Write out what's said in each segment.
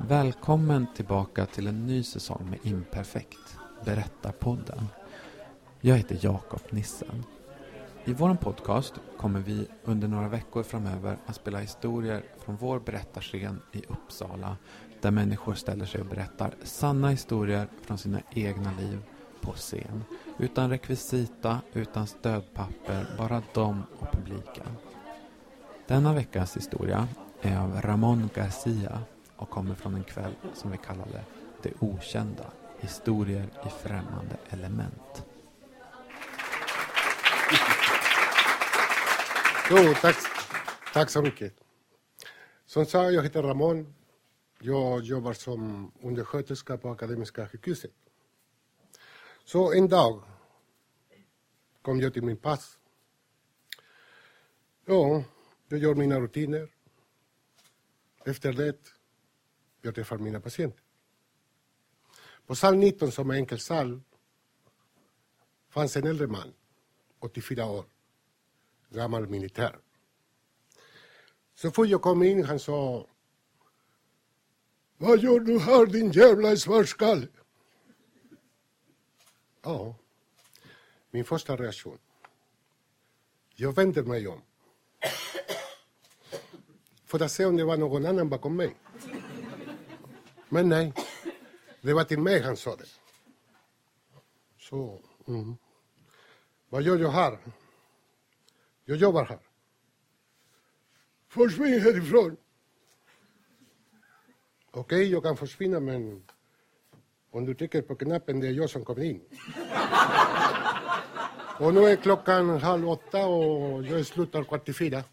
Välkommen tillbaka till en ny säsong med Imperfekt, Berättarpodden. Jag heter Jakob Nissen. I vår podcast kommer vi under några veckor framöver att spela historier från vår berättarscen i Uppsala, där människor ställer sig och berättar sanna historier från sina egna liv på scen. Utan rekvisita, utan stödpapper, bara de och publiken. Denna veckas historia är av Ramón García och kommer från en kväll som vi kallade Det okända, historier i främmande element. Jo, tack så mycket. Som sagt, jag heter Ramón. Jag jobbar som undersköterska på Akademiska sjukhuset. Så en dag kom jag till min pass. Ja, jag gör mina rutiner. Efter det, jag träffar mina patienter. På sal 19, som är enkel sal, fanns en äldre man, 84 år, gammal militär. Så fort jag kom in, han sa: "Vad gör du här, din jävla svartskalle?" Ja, min första reaktion. Jag vänder mig om. För att se om det var någon annan bakom mig. Men nej, det var till mig han sa det. Så, vad gör jag här? Jag jobbar här. Försvinn härifrån. Okej, jag kan försvinna, men om du trycker på knappen, det är jag som kommer in. Och nu är klockan 7:30 och jag slutar 4:15.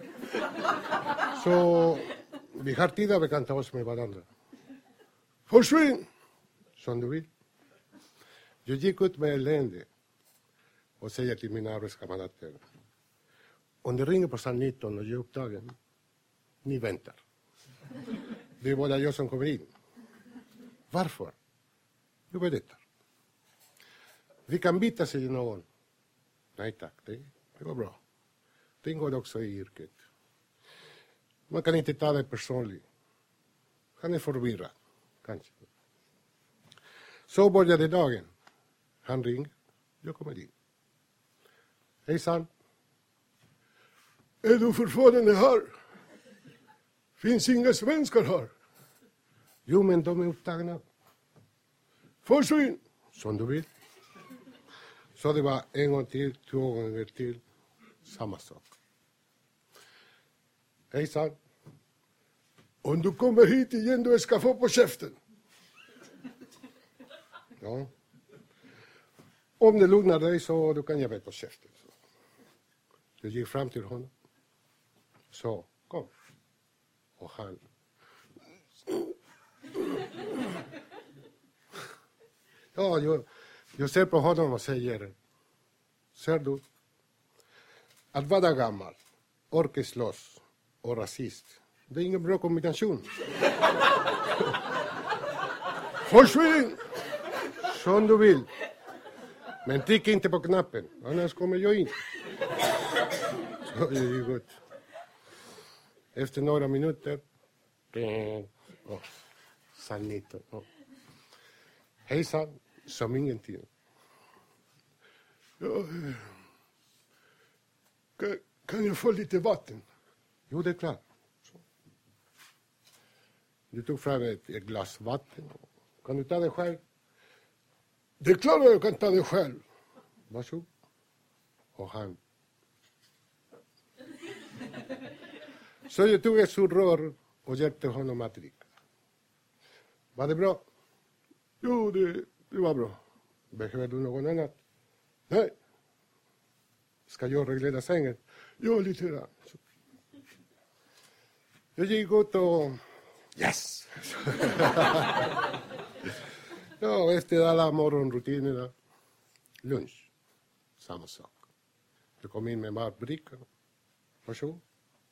Så vi har tid att bekanta oss med varandra. Försvinn! Som du vill. Jag gick ut med leende och säger till mina arbetskamrater: om det ringer på sal 19 och jag är upptagen, ni väntar. Det är bara jag som kommer in. Varför? Jag berättar. Vi kan byta, säger någon. Nej tack, det går bra. Det ingår också i yrket. Man kan inte ta det personligt. Han är förvirrad, kanske. Så började dagen. Han ringer, jag kommer in. Hejsan. Är du fortfarande här? Finns inga svenskar här? Jo, men de är upptagna. Försvinn! Som du vill. Så det var en gång till, 2 gånger till. Samma sak. Hejsan. Om du kommer hit igen, du ska få på käften. Ja. Om det lugnar dig så du kan jag be på käften. Så. Jag gick fram till honom. Så, kom. Och han... Ja, jag ser på honom och säger: ser du? Att vara gammal, orkeslös och rasist, det är ingen bra kombination. Försvinn! Som du vill. Men tryck inte på knappen, annars kommer jag in. Så jag gick ut. Efter några minuter... sal 19. Hejsan, som ingenting. Ja, kan jag få lite vatten? Jo, det är klart. Så. Du tog fram ett glas vatten. Kan du ta det själv? Det är klart att jag kan ta det själv. Varsågod. Och han... Så jag tog ett sugrör och hjälpte honom att dricka. Var det bra? Jo, det var bra. Behöver du någon annat? Nej. Ska jag reglera sängen? Jo, lite grann. Jag gick ut och... Yes! Ja, efter alla morgonrutinerna. Lunch. Samma sak. Jag kom in med matbrickan. Varsågod.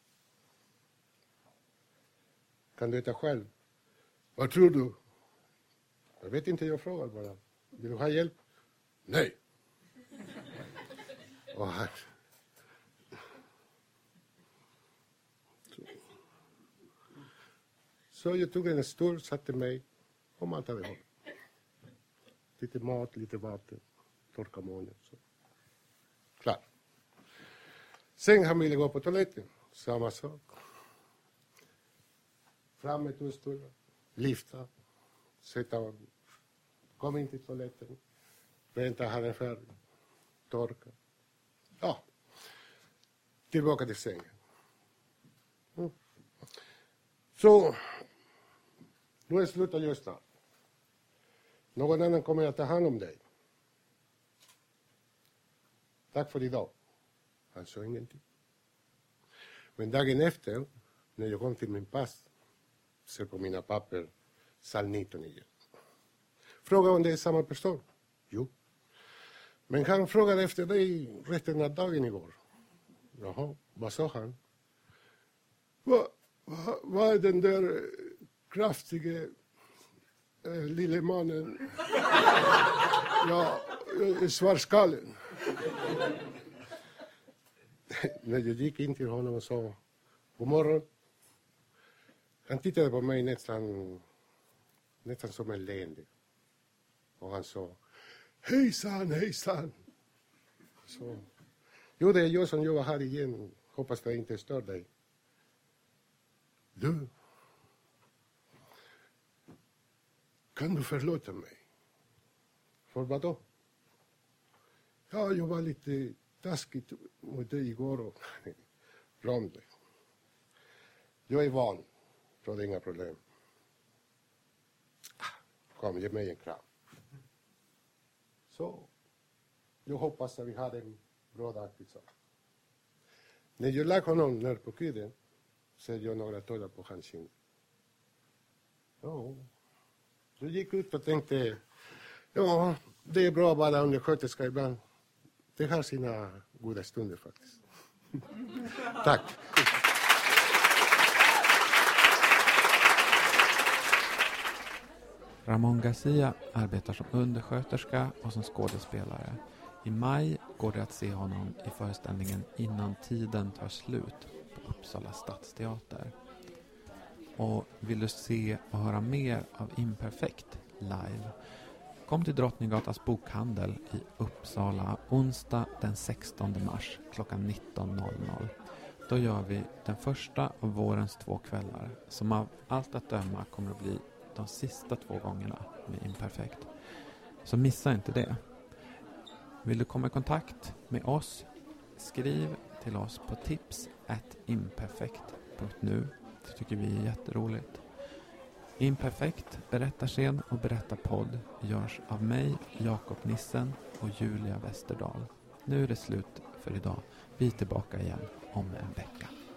Kan du äta själv? Vad tror du? Jag vet inte, jag frågar bara. Vill du ha hjälp? Nej. Och han... Så jag tog en stol, satte mig och matade honom. Lite mat, lite vatten, torka munnen. Klart. Sen han ville gå på toaletten. Samma sak. Fram med toaletten, lyfta, sätta honom. Kom in till toaletten. Vänta, han är färdig. Torka. Ja. Tillbaka till sängen. Så, nu slutar jag snart. Någon annan kommer att ta hand om dig. Tack för idag. Han sa ingenting. Men dagen efter, när jag kom till min pass, ser på mina papper, sal 19 igen. Fråga om det är samma person. Jo. Men han frågade efter dig resten av dagen igår. Jaha, vad sa han? Vad är den där kraftiga lille mannen? Ja, svartskallen. När jag gick in till honom och sa god morgon. Han tittade på mig nästan som en leende. Och han sa hejsan, hejsan. Så, jo, det är jag som jobbar här igen. Hoppas det inte stör dig. Du, kan du förlåta mig? För vad då? Ja, jag var lite taskigt mot dig igår och glömde. Jag är van, så det är inga problem. Kom, ge mig en kram. Så, jag hoppas att vi hade en bra dag tillsammans. När jag lade honom ner på kudden ser jag några tårar på hans kind. Ja, jag gick ut och tänkte, ja, det är bra att vara undersköterska ibland. Det har sina goda stunder faktiskt. Tack. Ramón García arbetar som undersköterska och som skådespelare. I maj går det att se honom i föreställningen Innan tiden tar slut på Uppsala stadsteater. Och vill du se och höra mer av Imperfekt live? Kom till Drottninggatas bokhandel i Uppsala onsdag den 16 mars klockan 19.00. Då gör vi den första av vårens 2 kvällar som av allt att döma kommer att bli de sista 2 gångerna med Imperfekt. Så missa inte det. Vill du komma i kontakt med oss? Skriv till oss på tips@imperfekt.nu. Det tycker vi är jätteroligt. Imperfekt, berättarscen och berättarpodd görs av mig, Jakob Nissen och Julia Westerdahl. Nu är det slut för idag. Vi är tillbaka igen om en vecka.